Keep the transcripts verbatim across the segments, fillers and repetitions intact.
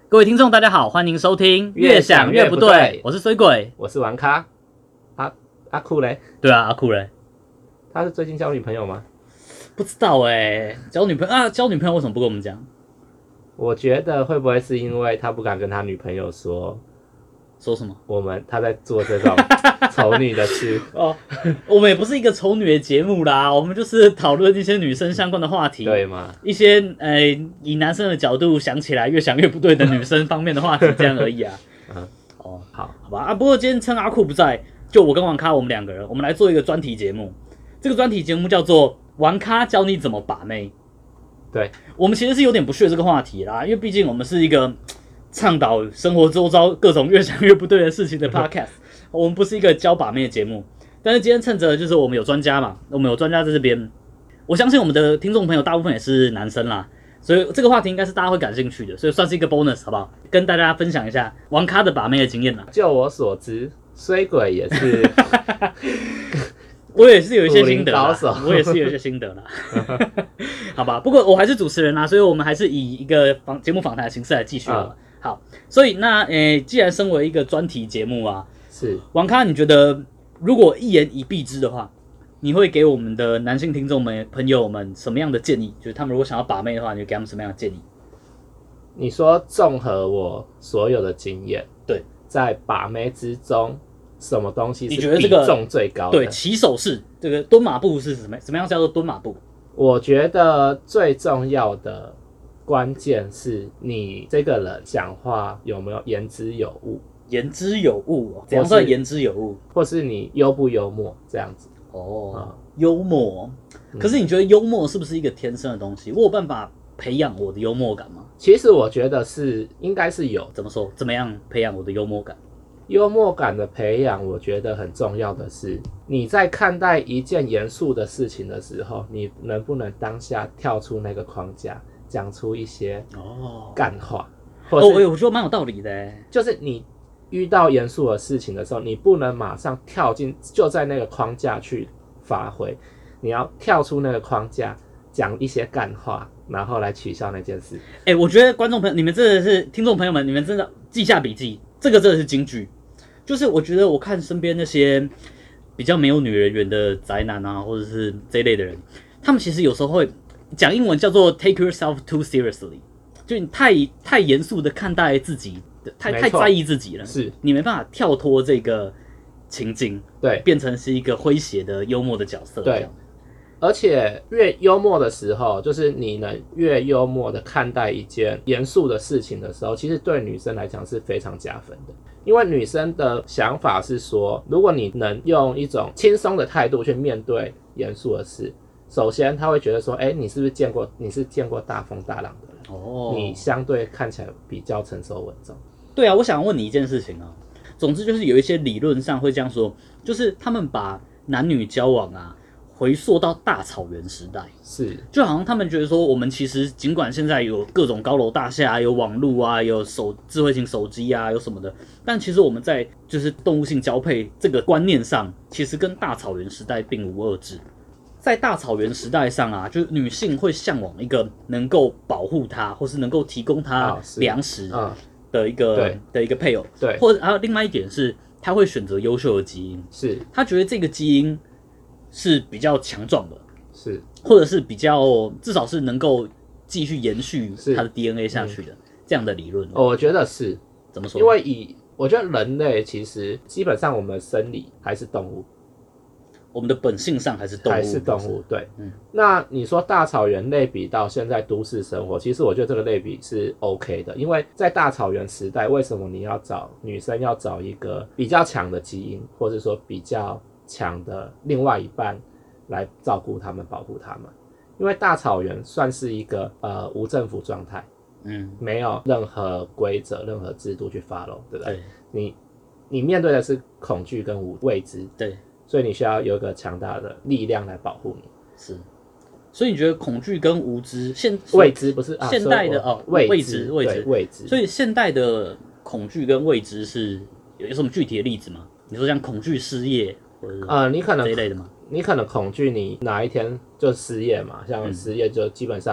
各位听众，大家好，欢迎收听《越想越不对》，我是水鬼， 我是玩咖。阿阿酷嘞？ 对啊，阿酷嘞， 他是最近交女朋友吗？ 不知道哎、欸，交女朋友啊，交女朋友为什么不跟我们讲？ 我觉得会不会是因为他不敢跟他女朋友说？ 说什么？ 我们他在做这种丑女的事哦，我们也不是一个丑女的节目啦，我们就是讨论一些女生相关的话题， 对吗？ 一些呃以男生的角度想起来越想越不对的女生方面的话题，这样而已啊。 嗯， 哦， 好， 好吧啊。不过今天趁阿酷不在，就我跟王咖我们两个人，我们来做一个专题节目。这个专题节目叫做“王咖教你怎么把妹”。 对， 我们其实是有点不屑这个话题啦，因为毕竟我们是一个倡导生活周遭各种越想越不对的事情的 podcast， 我们不是一个教把妹的节目。但是今天趁着就是我们有专家嘛，我们有专家在这边，我相信我们的听众朋友大部分也是男生啦，所以这个话题应该是大家会感兴趣的，所以算是一个 bonus 好不好？跟大家分享一下王咖的把妹的经验啦。 就我所知，水鬼也是。 我也是有一些心得啦， 我也是有一些心得啦，好吧。不过我还是主持人啦，所以我们还是以一个访节目访谈的形式来继续了。嗯、好，所以那诶，既然身为一个专题节目啊， 是王咖，你觉得如果一言以蔽之的话，你会给我们的男性听众们朋友们什么样的建议？就是他们如果想要把妹的话，你会给他们什么样的建议？ 你说综合我所有的经验， 对， 在把妹之中。什么东西是比你觉得这个重最高的？ 对，起手式这个蹲马步是什么？什么样叫做蹲马步？ 我觉得最重要的关键是你这个人讲话有没有言之有物。 言之有物、哦，怎样算言之有物？ 或是你幽不幽默这样子？ 哦，嗯、幽默。可是你觉得幽默是不是一个天生的东西？我有办法培养我的幽默感吗？ 其实我觉得是，应该是有。 怎么说？怎么样培养我的幽默感？ 幽默感的培养，我觉得很重要的是，你在看待一件严肃的事情的时候，你能不能当下跳出那个框架，讲出一些干话？ 哦，哦，我觉得蛮有道理的。 就是你遇到严肃的事情的时候，你不能马上跳进，就在那个框架去发挥，你要跳出那个框架，讲一些干话，然后来取笑那件事。 哎，我觉得观众朋友，你们真的是听众朋友们，你们真的记下笔记，这个真的是金句。就是我觉得我看身边那些比较没有女人缘的宅男啊，或者是这一类的人，他们其实有时候会讲英文叫做 take yourself too seriously， 就你太太严肃的看待自己，太太在意自己了， 是你没办法跳脱这个情境， 对， 变成是一个诙谐的幽默的角色， 对。而且越幽默的时候，就是你能越幽默的看待一件严肃的事情的时候，其实对女生来讲是非常加分的。因为女生的想法是说，如果你能用一种轻松的态度去面对严肃的事，首先她会觉得说，哎，你是不是见过你是见过大风大浪的人？哦，你相对看起来比较成熟稳重。 对啊，我想问你一件事情啊。总之就是有一些理论上会这样说，就是他们把男女交往啊回溯到大草原时代， 是就好像他们觉得说，我们其实尽管现在有各种高楼大厦，有网络啊，有手智慧型手机啊，有什么的，但其实我们在就是动物性交配这个观念上，其实跟大草原时代并无二致。在大草原时代上啊，就是女性会向往一个能够保护她，或是能够提供她粮食的一个、啊、的一个配偶， 对， 或者还有另外一点是，她会选择优秀的基因， 是她觉得这个基因是比较强壮的， 是， 或者是比较至少是能够继续延续它的 D N A 下去的、嗯、这样的理论。 我觉得是怎么说？ 因为以我觉得人类其实基本上我们生理还是动物， 我们的本性上还是动物， 还是动物。对，嗯。那你说大草原类比到现在都市生活，其实我觉得这个类比是 OK 的，因为在大草原时代，为什么你要找女生要找一个比较强的基因，或者说比较强的另外一半来照顾他们、保护他们？因为大草原算是一个呃无政府状态，嗯，没有任何规则、任何制度去 follow， 对不对？对，你你面对的是恐惧跟未知， 对， 所以你需要有一个强大的力量来保护你。 是，所以你觉得恐惧跟无知，现未知不是、啊、 现代的哦， 未知未知未知， 所以现代的恐惧跟未知是有什么具体的例子吗？你说像恐惧失业，或者是呃，你可能这一类的吗？ 你可能恐惧你哪一天就失业嘛，像失业就基本上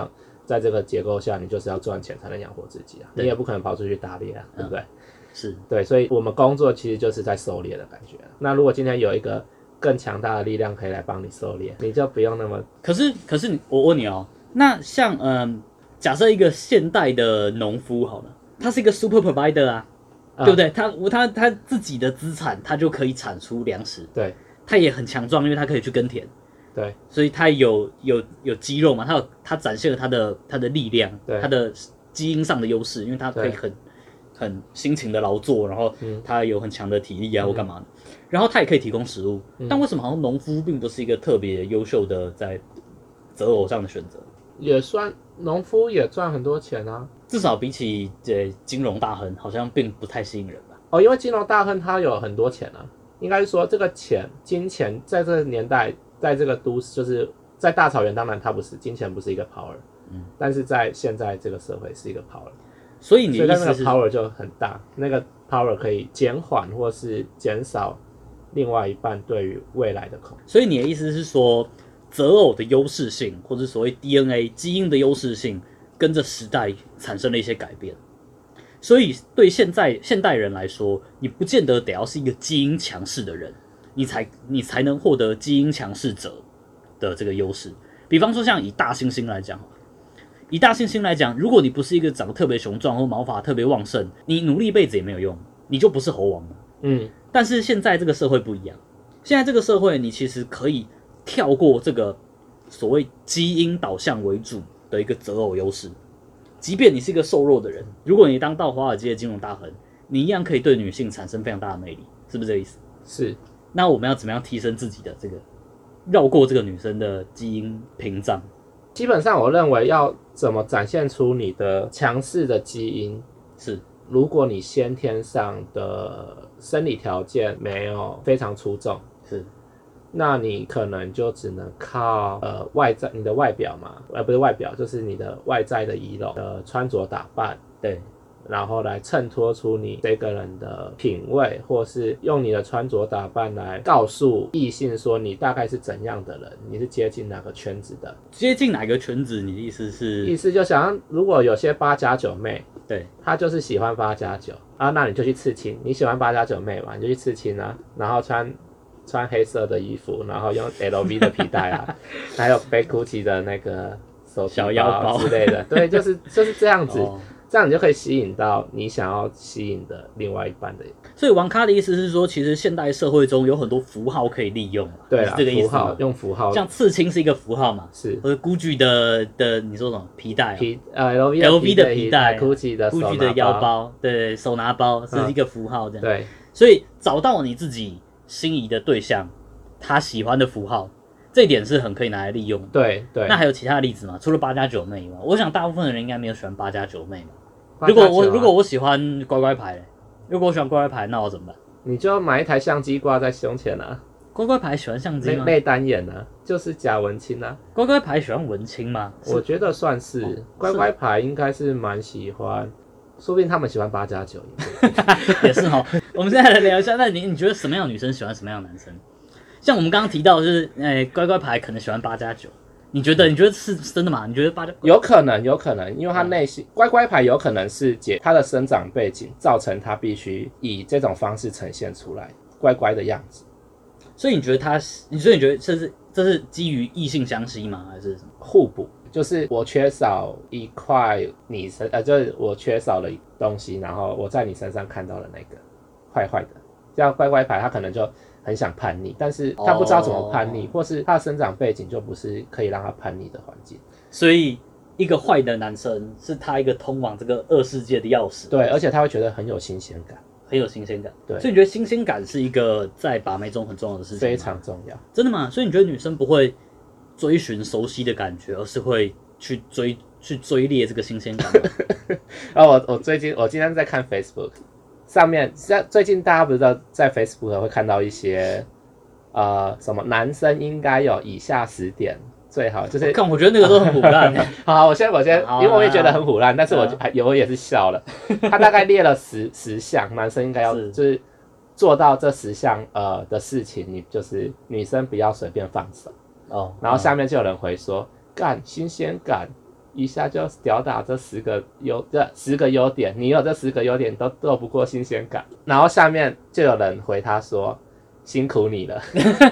在这个结构下，你就是要赚钱才能养活自己啊，你也不可能跑出去打猎啊，对不对？嗯、 是对，所以我们工作其实就是在狩猎的感觉。那如果今天有一个更强大的力量可以来帮你狩猎，你就不用那么…… 可是可是我问你哦，那像嗯、呃，假设一个现代的农夫好了，他是一个 super provider 啊，嗯、对不对？他他他自己的资产，他就可以产出粮食， 对， 他也很强壮，因为他可以去耕田， 对， 所以他有有有肌肉嘛，他有他展现了他的他的力量，他的基因上的优势，因为他可以很很辛勤的劳作，然后他有很强的体力啊，嗯、或干嘛的，然后他也可以提供食物，嗯、但为什么好像农夫并不是一个特别优秀的在择偶上的选择？ 也算，农夫也赚很多钱啊， 至少比起这金融大亨，好像并不太吸引人吧？ 哦，因为金融大亨他有很多钱啊，应该是说这个钱金钱在这个年代，在这个都市，就是在大草原，当然它不是金钱不是一个 power，嗯，但是在现在这个社会是一个 power， 所以你的意思是， 所以那个 power 就很大，那个 power 可以减缓或是减少另外一半对于未来的恐惧。 所以你的意思是说，择偶的优势性，或者所谓 D N A 基因的优势性，跟着时代产生了一些改变。所以对现在现代人来说，你不见得得要是一个基因强势的人，你才你才能获得基因强势者的这个优势。比方说，像以大猩猩来讲，以大猩猩来讲，如果你不是一个长得特别雄壮或毛发特别旺盛，你努力一辈子也没有用，你就不是猴王了。嗯，但是现在这个社会不一样，现在这个社会你其实可以跳过这个所谓基因导向为主的一个择偶优势，即便你是一个瘦弱的人，如果你当到华尔街的金融大亨，你一样可以对女性产生非常大的魅力，是不是这个意思？ 是。 那我们要怎么样提升自己的这个绕过这个女生的基因屏障？ 基本上我认为要怎么展现出你的强势的基因， 是如果你先天上的生理条件没有非常出众， 是， 那你可能就只能靠呃外在你的外表嘛，呃不是外表，就是你的外在的仪容、的穿着打扮， 对， 然后来衬托出你这个人的品味，或是用你的穿着打扮来告诉异性说你大概是怎样的人，你是接近哪个圈子的。 接近哪个圈子？你的意思是？ 意思就想，如果有些八加九妹， 对， 她就是喜欢八加九啊，那你就去刺青。你喜欢八加九妹嘛，你就去刺青啊，然后穿穿黑色的衣服，然后用 L V 的皮带啊，还有背 Gucci 的那个手小腰包之类的，对，就是就是这样子。哦，这样你就可以吸引到你想要吸引的另外一半的人。 所以王咖的意思是说，其实现代社会中有很多符号可以利用， 对啦， 是这个意思吗？ 符号用符号， 像刺青是一个符号嘛， 是， 或者 Gucci 的的你说什么皮带、喔， 皮呃 L V L V 的皮带 ，Gucci 的 Gucci 的腰包，对，手拿包是一个符号这样。 嗯、对， 所以找到你自己心仪的对象，他喜欢的符号。这一点是很可以拿来利用的。 对对。 那还有其他的例子吗？除了八加九妹以外，我想大部分的人应该没有喜欢八加九妹嘛。如果我如果我喜欢乖乖牌，如果我喜欢乖乖牌，那我怎么办？ 你就买一台相机挂在胸前啊。 乖乖牌喜欢相机吗？ 类单眼啊，就是假文青啊。 乖乖牌喜欢文青吗？ 我觉得算是。哦、乖乖牌应该是蛮喜欢，说不定他们喜欢八加九也是哈。我们现在来聊一下，那你你觉得什么样的女生喜欢什么样的男生？像我们刚刚提到，就是，欸，乖乖牌可能喜欢八加九，你觉得？你觉得是真的吗？你觉得八加有可能，有可能，因为他内心、嗯、乖乖牌有可能是解他的生长背景造成他必须以这种方式呈现出来乖乖的样子。 所以你觉得他，你所以你觉得这是这是基于异性相吸吗？还是什么互补？就是我缺少一块你身，呃，就是我缺少了东西，然后我在你身上看到了那个坏坏的，这样乖乖牌他可能就很想叛逆，但是他不知道怎么叛逆， oh. 或是他的生长背景就不是可以让他叛逆的环境。 所以一个坏的男生是他一个通往这个恶世界的钥匙。 对，而且他会觉得很有新鲜感， 很有新鲜感。 对， 所以你觉得新鲜感是一个在把妹中很重要的事情吗？ 非常重要。真的吗？所以你觉得女生不会追寻熟悉的感觉，而是会去追去追猎这个新鲜感吗？ 然后我我最近我今天在看 Facebook。上面最近大家不知道在 Facebook 会看到一些呃什么男生应该有以下十点最好，就是看我觉得那个都很唬烂。 好，我先我先，因为我也觉得很唬烂，但是我有也是笑了。他大概列了十十项，男生应该要就是做到这十项呃的事情，你就是女生不要随便放手哦。然后下面就有人回说干新鲜感。 一下就吊打这十个优这十个优点，你有这十个优点都斗不过新鲜感，然后下面就有人回他说辛苦你了。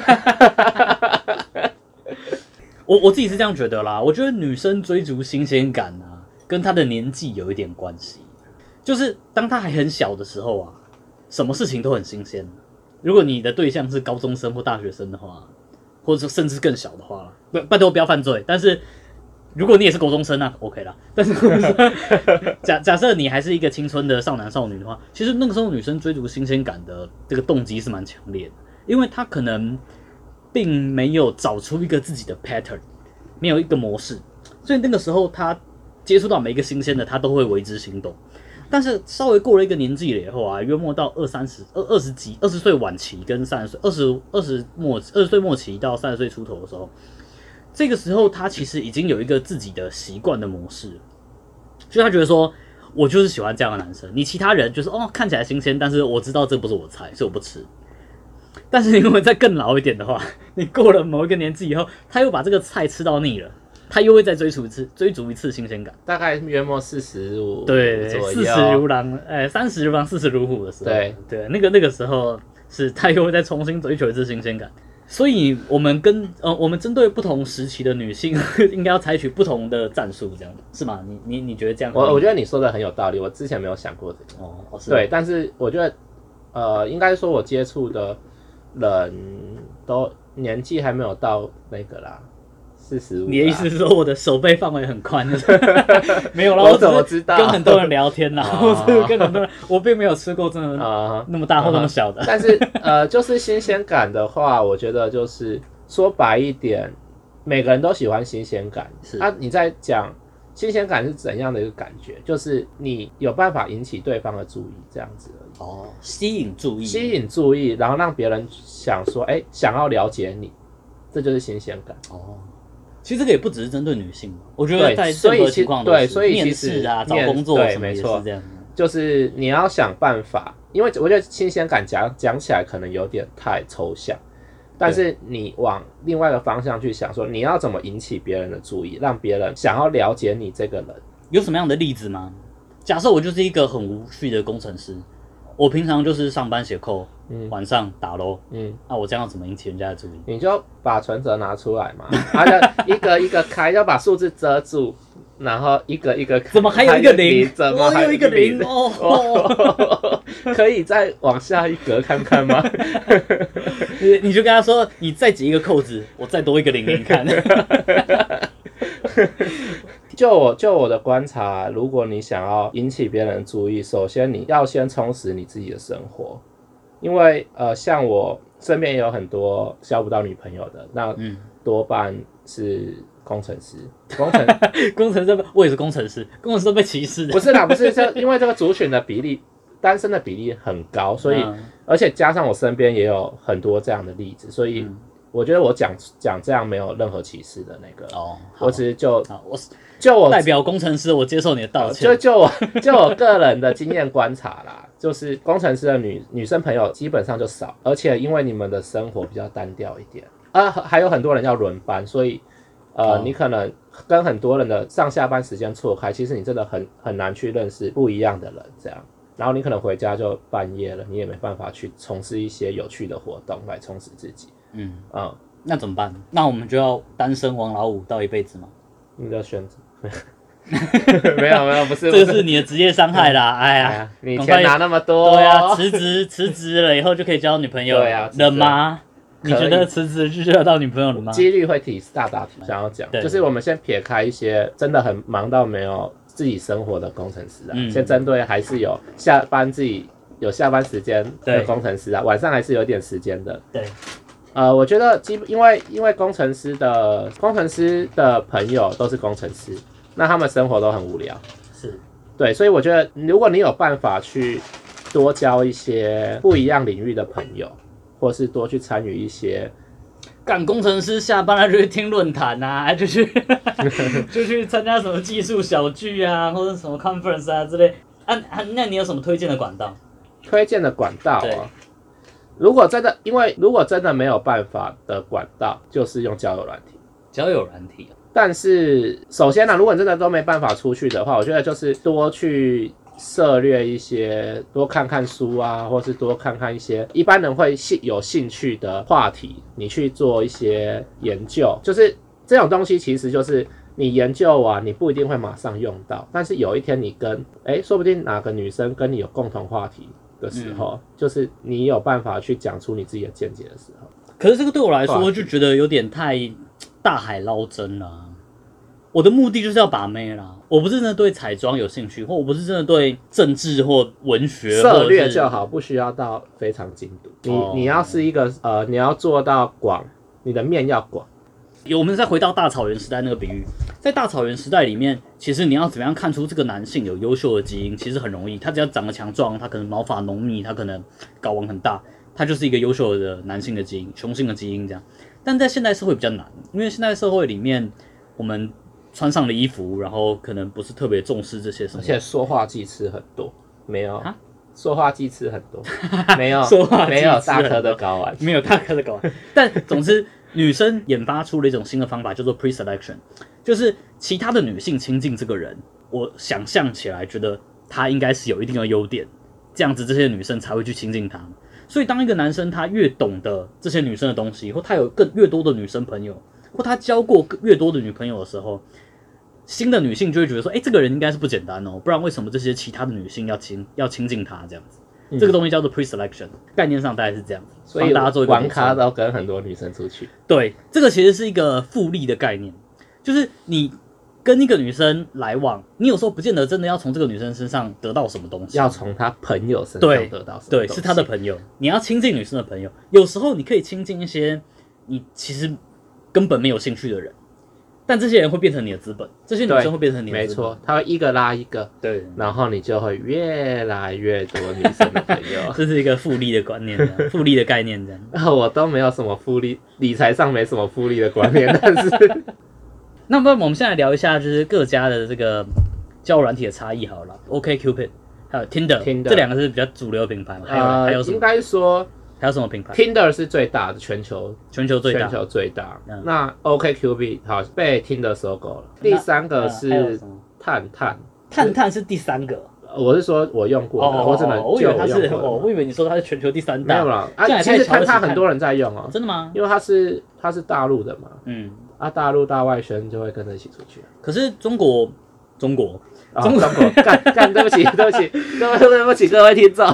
我我自己是这样觉得啦，我觉得女生追逐新鲜感啊，跟她的年纪有一点关系。就是当她还很小的时候啊，什么事情都很新鲜。如果你的对象是高中生或大学生的话，或者甚至更小的话，不拜托不要犯罪。但是如果你也是高中生啊 ，OK 啦。但是假假设你还是一个青春的少男少女的话，其实那个时候女生追逐新鲜感的这个动机是蛮强烈的，因为她可能并没有找出一个自己的 pattern， 没有一个模式，所以那个时候她接触到每一个新鲜的，她都会为之心动。但是稍微过了一个年纪了以后啊，约莫到二三十、二二十几、二十岁晚期跟三十岁、二十二十末、二十岁末期到三十岁出头的时候，这个时候他其实已经有一个自己的习惯的模式，所以他觉得说，我就是喜欢这样的男生。你其他人就是哦看起来新鲜，但是我知道这不是我菜，所以我不吃。但是如果再更老一点的话，你过了某一个年纪以后，他又把这个菜吃到腻了。他又会再追逐一次，追逐一次新鲜感， 大概约莫四十五对，四十如狼，哎，三十如狼，四十如虎的时候， 对对，那个那个时候是他又会再重新追求一次新鲜感。所以我们跟呃，我们针对不同时期的女性，应该要采取不同的战术，这样是吗？你你你觉得这样？ 我我觉得你说的很有道理，我之前没有想过这个。 哦，哦是对，但是我觉得，呃，应该说我接触的人都年纪还没有到那个啦。四十五， 你的意思是说我的手背范围很宽？没有啦， 我怎么知道？ 跟很多人聊天啦，我是跟很多人，我并没有吃过真的那么大或那么小的。 但是呃，就是新鲜感的话，我觉得就是说白一点，每个人都喜欢新鲜感。是啊，你在讲新鲜感是怎样的一个感觉？就是你有办法引起对方的注意，这样子而已。 哦，吸引注意， 吸引注意，然后让别人想说，哎、欸，想要了解你，这就是新鲜感。 哦。其实这个也不只是针对女性，我觉得在任何情况都是， 所以面试啊、找工作什么也是这样。 就是你要想办法，因为我觉得新鲜感讲讲起来可能有点太抽象，但是你往另外一个方向去想，说你要怎么引起别人的注意，让别人想要了解你这个人。 有什么样的例子吗？假设我就是一个很无趣的工程师，我平常就是上班写扣，嗯，晚上打咯，嗯，那、啊、我这样怎么引起人家的注意？ 你就把存折拿出来嘛，它就一个一个开，要把数字遮住，然后一个一个开。 怎么还有一个零？ 怎么还有一个零？哦， 哦可以再往下一格看看吗？ 你你就跟他说，你再解一个扣子，我再多一个零给你看。 就我就我的观察，如果你想要引起别人的注意，首先你要先充实你自己的生活，因为呃，像我身边也有很多交不到女朋友的，那多半是工程师。工程工程师，我也是工程师，工程师都被歧视的。 不是啦，不是，就因为这个族群的比例，单身的比例很高，所以、嗯、而且加上我身边也有很多这样的例子，所以。嗯我觉得我讲讲这样没有任何歧视的那个，哦，我只是就我就我代表工程师，我接受你的道歉。 就就我就我个人的经验观察啦，就是工程师的女女生朋友基本上就少，而且因为你们的生活比较单调一点啊，还有很多人要轮班，所以呃，哦、你可能跟很多人的上下班时间错开，其实你真的很很难去认识不一样的人，这样。然后你可能回家就半夜了，你也没办法去从事一些有趣的活动来充实自己。嗯嗯，那怎么办？那我们就要单身王老五到一辈子吗？ 你的选择没有没有，不是， 这个是你的职业伤害啦。哎呀，哎呀你钱拿那么多， 对啊，辞职辞职了以后就可以交女朋友， 对啊， 了吗？你觉得辞职就交到女朋友了吗？ 几率会提大大提，想要讲，就是我们先撇开一些真的很忙到没有自己生活的工程师啊，嗯、先针对还是有下班自己有下班时间的工程师啊，晚上还是有点时间的， 对。 呃，我觉得基因为因为工程师的工程师的朋友都是工程师，那他们生活都很无聊， 是对，所以我觉得如果你有办法去多交一些不一样领域的朋友，或是多去参与一些， 干工程师下班了就去听论坛啊，就去就去参加什么技术小聚啊，或者什么 conference 啊之类。啊啊，那你有什么推荐的管道？ 推荐的管道啊。如果真的，因为如果真的没有办法的管道，就是用交友软体。 交友软体， 但是首先呢，如果你真的都没办法出去的话，我觉得就是多去涉猎一些，多看看书啊，或是多看看一些一般人会有兴趣的话题，你去做一些研究。就是这种东西其实就是你研究完，你不一定会马上用到，但是有一天你跟哎，说不定哪个女生跟你有共同话题的时候，嗯、就是你有办法去讲出你自己的见解的时候。 可是这个对我来说就觉得有点太大海捞针了、啊。我的目的就是要把妹啦，我不是真的对彩妆有兴趣，或我不是真的对政治或文学涉略就好，不需要到非常精读。你、哦、你要是一个呃，你要做到广，你的面要广。 我们再回到大草原时代那个比喻，在大草原时代里面，其实你要怎么样看出这个男性有优秀的基因，其实很容易。他只要长得强壮，他可能毛发浓密，他可能睾丸很大，他就是一个优秀的男性的基因，雄性的基因这样。但在现代社会比较难，因为现代社会里面我们穿上了衣服，然后可能不是特别重视这些什么， 而且塑化剂吃很多，没有啊？塑化剂吃很多，没有塑化剂没有大颗的睾丸， 没有大颗的睾丸。但总之，女生研发出了一种新的方法，叫做 pre-selection， 就是其他的女性亲近这个人，我想象起来觉得他应该是有一定的优点，这样子这些女生才会去亲近他。所以，当一个男生他越懂得这些女生的东西，或他有更越多的女生朋友，或他交过越多的女朋友的时候，新的女性就会觉得说，哎、欸，这个人应该是不简单哦，不然为什么这些其他的女性要亲要亲近他这样子？嗯、这个东西叫做 pre-selection， 概念上大概是这样子。 所以大家做一个玩咖都跟很多女生出去。 对，这个其实是一个复利的概念，就是你跟一个女生来往，你有时候不见得真的要从这个女生身上得到什么东西， 要从她朋友身上得到什么东西。 对，对，是她的朋友，你要亲近女生的朋友。有时候你可以亲近一些你其实根本没有兴趣的人。但这些人会变成你的资本，这些女生会变成你的资本， 没错，他会一个拉一个， 对， 然后你就会越来越多女生的朋友。 这是一个复利的观念，复利的概念这样。 我都没有什么复利，理财上没什么复利的观念，但是， 那么我们现在聊一下，就是各家的这个交友软体的差异好了。OkCupid 还有 Tinder，, Tinder 这两个是比较主流品牌嘛？还有、呃、还有什么？ 应该说。 还有什么品牌 ？Tinder 是最大的，全球全球最大， 全球最大。嗯、那 OkCupid 好被 Tinder 收购了。第三个是探探， 探探是第三个。 我是说我用过的， 哦、 我只能我以为它是，哦，我以为你说它是全球第三大。 没有啦，啊，其实探探很多人在用哦。 真的吗？ 因为它是它是大陆的嘛， 嗯， 啊，大陆大外宣就会跟着一起出去。 可是中国，中国， 哦、中国，干干，对不起，对不起，对不起各位听众。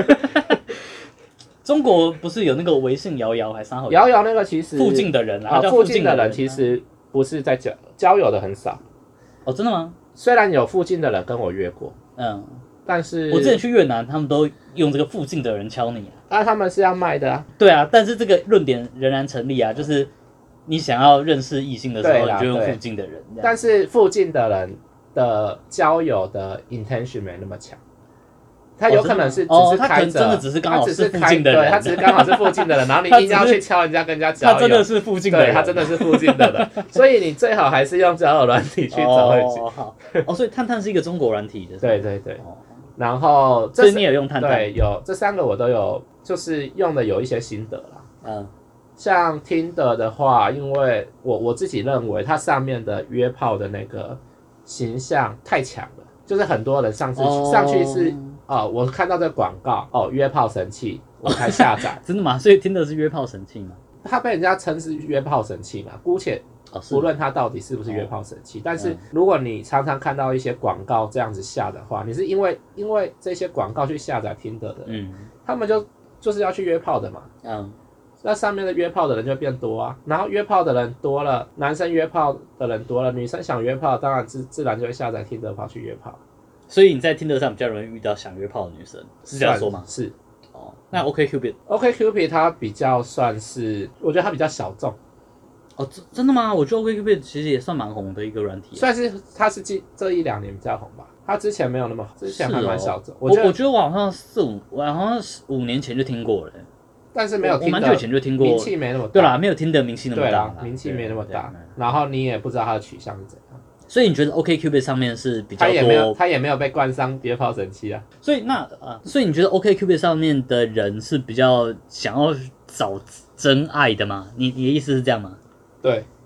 中国不是有那个微信摇摇还是啥？ 摇摇那个其实附近的人啊， 哦、附近的人其实不是在交交友的很少。 哦，真的吗？ 虽然有附近的人跟我约过， 嗯， 但是我之前去越南，他们都用这个附近的人敲你啊，他们是要卖的啊。 对啊，但是这个论点仍然成立啊，就是你想要认识异性的时候，你就用附近的人。 但是附近的人的交友的 intention 没那么强。他有可能是只是开着， 真的只是刚好是附近的人， 对，他只是刚好是附近的人，然后你硬要去敲人家跟人家交友， 他真的是附近的人， 对，他真的是附近的人，所以你最好还是用交友软体去找会去。 哦，好，哦，所以探探是一个中国软体的， 对对对。然后， 所以你也用探探？ 对，有这三个我都有，就是用的有一些心得啦。嗯，像 Tinder 的话，因为我我自己认为它上面的约炮的那个形象太强了，就是很多人上次、哦、上去是。哦，我看到这广告，哦，约炮神器，我才下载。 真的吗？所以听的是约炮神器吗？ 他被人家称是约炮神器嘛，姑且不论他到底是不是约炮神器，哦、但是如果你常常看到一些广告这样子下的话，你是因为因为这些广告去下载听的的，嗯，他们就就是要去约炮的嘛，嗯，那上面的约炮的人就变多啊，然后约炮的人多了，男生约炮的人多了，女生想约炮，当然自自然就会下载听的跑去约炮。 所以你在 Tinder 上比较容易遇到想约炮的女生，是这样说吗？ 是。 哦，那 OkCupid，OkCupid 它比较算是，我觉得它比较小众。 哦，真的吗？我觉得 OkCupid 其实也算蛮红的一个软体、啊， 算是它是近这一两年比较红吧。它之前没有那么红，之前还蛮小众。 哦、我觉得我觉得我好像四五，我好像五年前就听过了、欸， 但是没有听我蛮久以前就听过， 名气没那么大。 对啦，没有听的名气那么大对啦，名气没那么大。然后你也不知道它的取向是怎样。 所以你觉得 OkCupid 上面是比较多， 他也没有，他也没有被冠上约炮神器啊。 所以那啊，所以你觉得 OkCupid 上面的人是比较想要找真爱的吗？你你的意思是这样吗？ 对，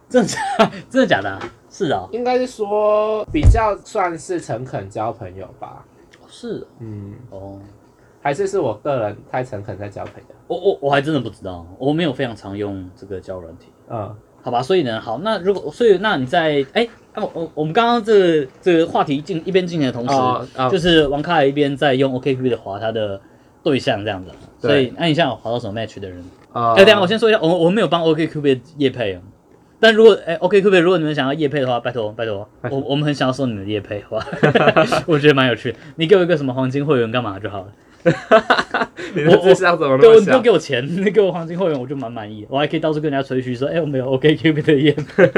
真的假真的假的、啊？是啊、哦， 应该是说比较算是诚恳交朋友吧。 是， 嗯， 哦， 还是是我个人太诚恳在交朋友。 我我我还真的不知道，我没有非常常用这个交友软体。 嗯， 好吧，所以呢，好，那如果所以那你在哎，我、啊、我我们刚刚这个这个话题进一边进行的同时， 哦哦、 就是王卡一边在用 OkCupid 滑他的对象这样子，所以那、啊、你现在有滑到什么 match 的人？ 呃， 哎、等一下我先说一下，我我没有帮 OkCupid 业配哦。但如果哎 OkCupid 如果你们想要业配的话，拜托拜托，我我们很想要收你们的业配，好吧？我觉得蛮有趣的，你给我一个什么黄金会员干嘛就好了。 你的智商怎么那对， 么小？ 你都给我钱，你给我黄金会员，我就蛮满意。我还可以到处跟人家吹嘘说，哎、欸，我们有 OkCupid 的业配。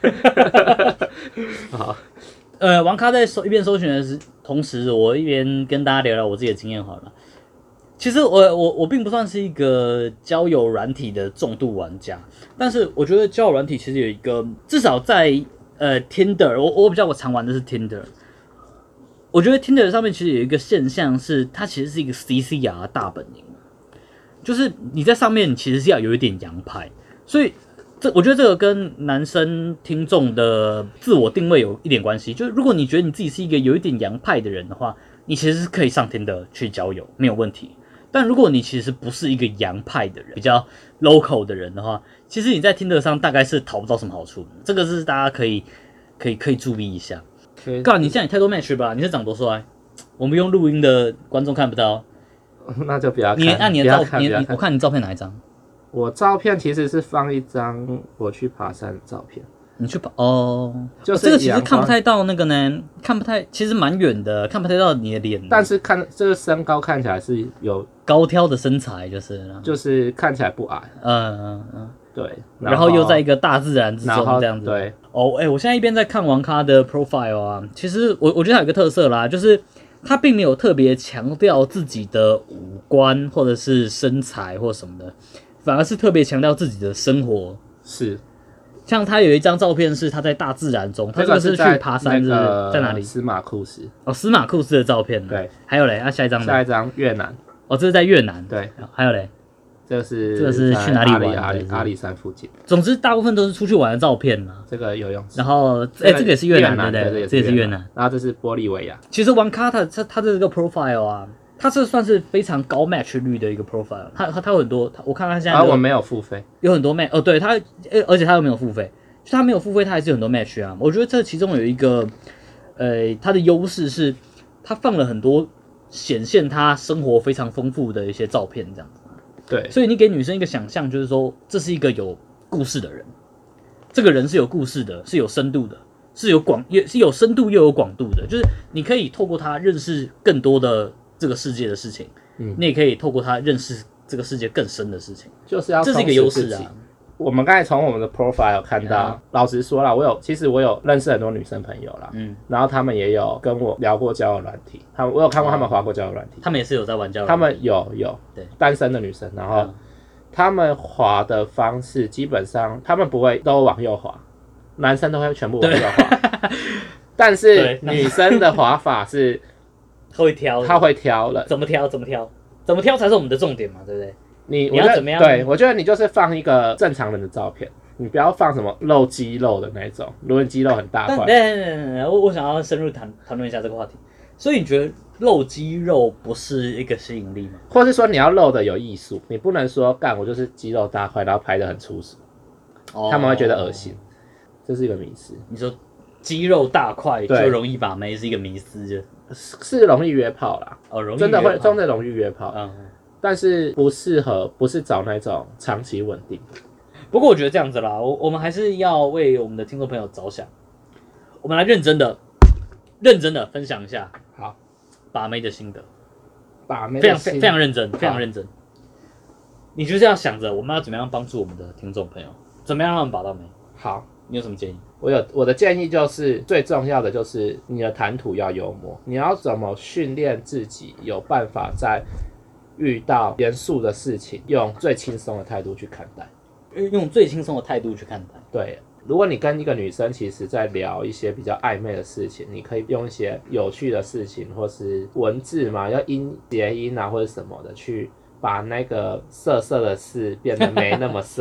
好， 呃，王咖在搜一边搜寻的是同时，我一边跟大家聊聊我自己的经验好了。其实我我我并不算是一个交友软体的重度玩家，但是我觉得交友软体其实有一个，至少在呃 Tinder， 我我比较我常玩的是 Tinder。我觉得 Tinder 上面其实有一个现象是，它其实是一个 C C R 的大本营，就是你在上面其实是要有一点洋派，所以这我觉得这个跟男生听众的自我定位有一点关系。就是如果你觉得你自己是一个有一点洋派的人的话，你其实是可以上 Tinder 去交友，没有问题。但如果你其实不是一个洋派的人，比较 local 的人的话，其实你在 Tinder 上大概是讨不到什么好处的。这个是大家可以可以可以注意一下。告诉你现在你太多 match 吧？你是长多帅？我们用录音的观众看不到， 那就不要看。 你那你的照片， 你我看你照片哪一张？ 我照片其实是放一张我去爬山的照片。 你去爬哦， 就是、 哦、这个其实看不太到那个呢，看不太，其实蛮远的，看不太到你的脸。 但是看这个身高看起来是有高挑的身材，就是就是看起来不矮。 嗯嗯嗯， 对。 然后, 然后又在一个大自然之中这样子。 对。 哦，哎、欸，我现在一边在看王咖的 profile 啊，其实我我觉得他有一个特色啦，就是他并没有特别强调自己的五官或者是身材或什么的，反而是特别强调自己的生活。 是。 像他有一张照片是他在大自然中，他这个是去爬山，是在哪里？ 司马库斯。 哦，司马库斯的照片。 对， 还有嘞，啊，下一张呢？ 下一张越南。 哦，这是在越南。 对， 还有嘞， 这个是这个是去哪里玩？ 阿里阿里山附近。 总之，大部分都是出去玩的照片嘛。 这个游泳池。 然后，哎、欸，这个也是越南的，对，这也是越南。 然后这是玻利维亚。 其实王咖他他他的这个 profile 啊。它是算是非常高 match 率的一个 profile， 它它它有很多，我看他现在啊，我没有付费， 有很多 match， 哦，对，它，而且它又没有付费，就它没有付费，它还是有很多 match 啊。我觉得这其中有一个，呃，它的优势是，它放了很多显现他生活非常丰富的一些照片，这样子。 对， 所以你给女生一个想象，就是说这是一个有故事的人，这个人是有故事的，是有深度的，是有广，也是有深度又有广度的，就是你可以透过他认识更多的。这个世界的事情，嗯，你也可以透过他认识这个世界更深的事情， 就是要这是一个优势啊。 我们刚才从我们的 profile 看到，啊、老实说啦，我有其实我有认识很多女生朋友啦，嗯，然后他们也有跟我聊过交友软体，他们我有看过他们滑过交友软体， 他们也是有在玩交友软体， 他们有有对单身的女生，然后、嗯、他们滑的方式基本上他们不会都往右滑，男生都会全部往右滑，但是女生的滑法是。 他会挑， 他会挑了， 怎么挑？怎么挑？怎么挑才是我们的重点嘛，对不对？ 你你要怎么样？ 对，我觉得你就是放一个正常人的照片，你不要放什么露肌肉的那种，如果你肌肉很大块。 但我我想要深入谈谈论一下这个话题。所以你觉得露肌肉不是一个吸引力吗？ 或是说你要露的有艺术，你不能说干我就是肌肉大块，然后拍得很粗俗，哦、他们会觉得恶心，这是一个迷思。 你说肌肉大块就容易把妹是一个迷思，就是容易约炮啦， 哦，容易真的会真的容易约炮， 嗯， 但是不适合，不是找那种长期稳定。 不过我觉得这样子啦，我我们还是要为我们的听众朋友着想，我们来认真的、认真的分享一下， 好， 把妹的心得， 把妹非常非常认真，非常认真。你就是要想着我们要怎么样帮助我们的听众朋友，怎么样让他们把到妹。 好， 你有什么建议？ 我有我的建议就是最重要的就是你的谈吐要幽默，你要怎么训练自己有办法在遇到严肃的事情用最轻松的态度去看待， 用最轻松的态度去看待。 对，如果你跟一个女生其实在聊一些比较暧昧的事情，你可以用一些有趣的事情或是文字嘛，要音谐音啊或者什么的去把那个色色的事变得没那么色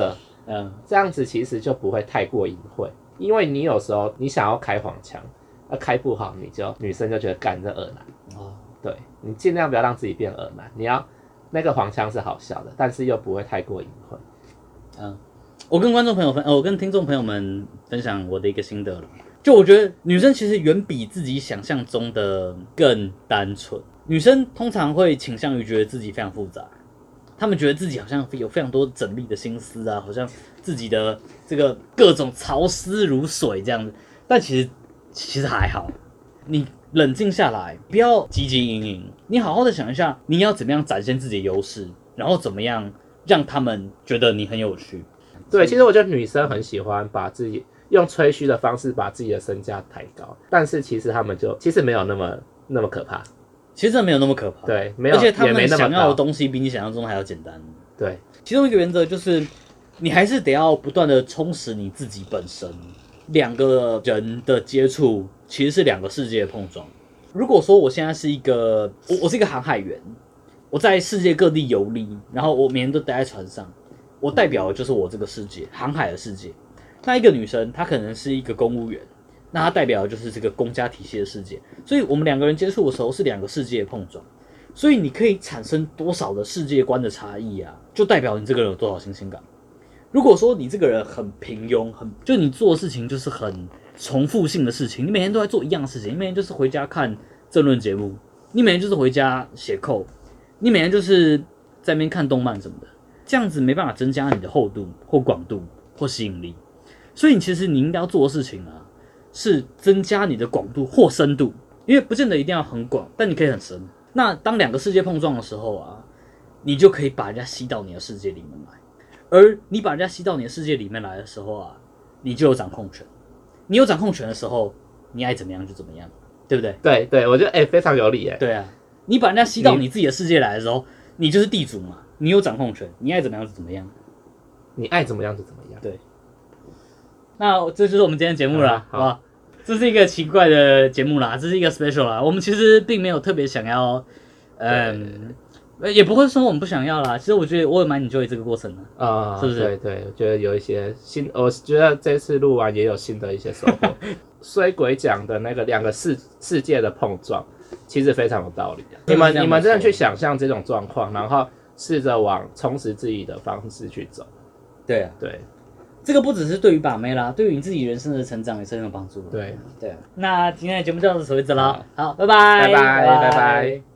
嗯，这样子其实就不会太过隐晦，因为你有时候你想要开黄腔，那开不好，你就女生就觉得干这恶男哦。对，你尽量不要让自己变恶男，你要那个黄腔是好笑的，但是又不会太过隐晦。 嗯，我跟观众朋友分，呃，我跟听众朋友们分享我的一个心得了。就我觉得女生其实远比自己想象中的更单纯。女生通常会倾向于觉得自己非常复杂，她们觉得自己好像有非常多缜密的心思啊，好像自己的这个各种潮丝如水这样子。但其实其实还好，你冷静下来，不要汲汲营营，你好好的想一下，你要怎么样展现自己的优势，然后怎么样让他们觉得你很有趣。 对，其实我觉得女生很喜欢把自己用吹嘘的方式把自己的身价抬高，但是其实他们就其实没有那么那么可怕， 其实真的没有那么可怕。 对，没有， 而且他们也没那么想要的高东西比你想象中还要简单。 对， 其中一个原则就是，你还是得要不断的充实你自己本身。两个人的接触其实是两个世界的碰撞。如果说我现在是一个我我是一个航海员，我在世界各地游历，然后我每天都待在船上，我代表的就是我这个世界，航海的世界。那一个女生，她可能是一个公务员，那她代表的就是这个公家体系的世界。所以我们两个人接触的时候是两个世界的碰撞。所以你可以产生多少的世界观的差异啊，就代表你这个人有多少新鲜感。如果说你这个人很平庸，很就你做的事情就是很重复性的事情，你每天都在做一样的事情，你每天就是回家看政论节目，你每天就是回家写扣，你每天就是在那边看动漫什么的，这样子没办法增加你的厚度或广度或吸引力。所以其实你应该要做的事情啊，是增加你的广度或深度，因为不见得一定要很广，但你可以很深。那当两个世界碰撞的时候啊，你就可以把人家吸到你的世界里面来。而你把人家吸到你的世界里面来的时候啊，你就有掌控权。你有掌控权的时候，你爱怎么样就怎么样，对不对？ 对对，我觉得哎、欸、非常有理哎。 对啊，你把人家吸到你自己的世界来的时候，你就是地主嘛，你有掌控权，你爱怎么样就怎么样， 你爱怎么样就怎么样。 对。那这就是我们今天的节目了， 好好吧？这是一个奇怪的节目啦，这是一个 special 啦。我们其实并没有特别想要，嗯。也不会说我们不想要啦，其实我觉得我也蛮 enjoy 这个过程的啊、呃，是不是？ 对对，我觉得有一些新，我觉得这次录完也有新的一些收获。衰鬼讲的那个两个世世界的碰撞，其实非常有道理的。你们你们真的去想象这种状况，然后试着往充实自己的方式去走。 对啊， 对， 这个不只是对于把妹啦，对于你自己人生的成长也是很有帮助的。 对对，那今天的节目就到此为止了，好，拜拜， 拜拜，拜拜。